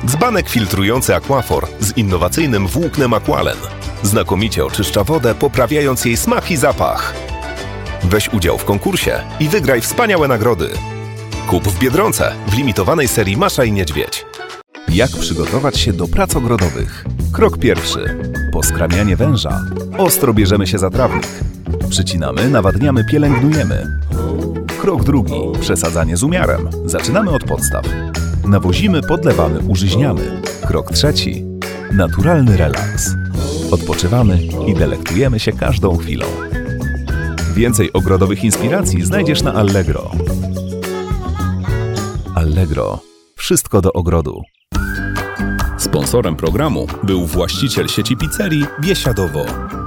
Dzbanek filtrujący Aquaphor z innowacyjnym włóknem Aqualen. Znakomicie oczyszcza wodę, poprawiając jej smak i zapach. Weź udział w konkursie i wygraj wspaniałe nagrody. Kup w Biedronce w limitowanej serii Masza i Niedźwiedź. Jak przygotować się do prac ogrodowych? Krok pierwszy. Poskramianie węża. Ostro bierzemy się za trawnik. Przycinamy, nawadniamy, pielęgnujemy. Krok drugi. Przesadzanie z umiarem. Zaczynamy od podstaw. Nawozimy, podlewamy, użyźniamy. Krok trzeci. Naturalny relaks. Odpoczywamy i delektujemy się każdą chwilą. Więcej ogrodowych inspiracji znajdziesz na Allegro. Allegro. Wszystko do ogrodu. Sponsorem programu był właściciel sieci pizzerii Biesiadowo.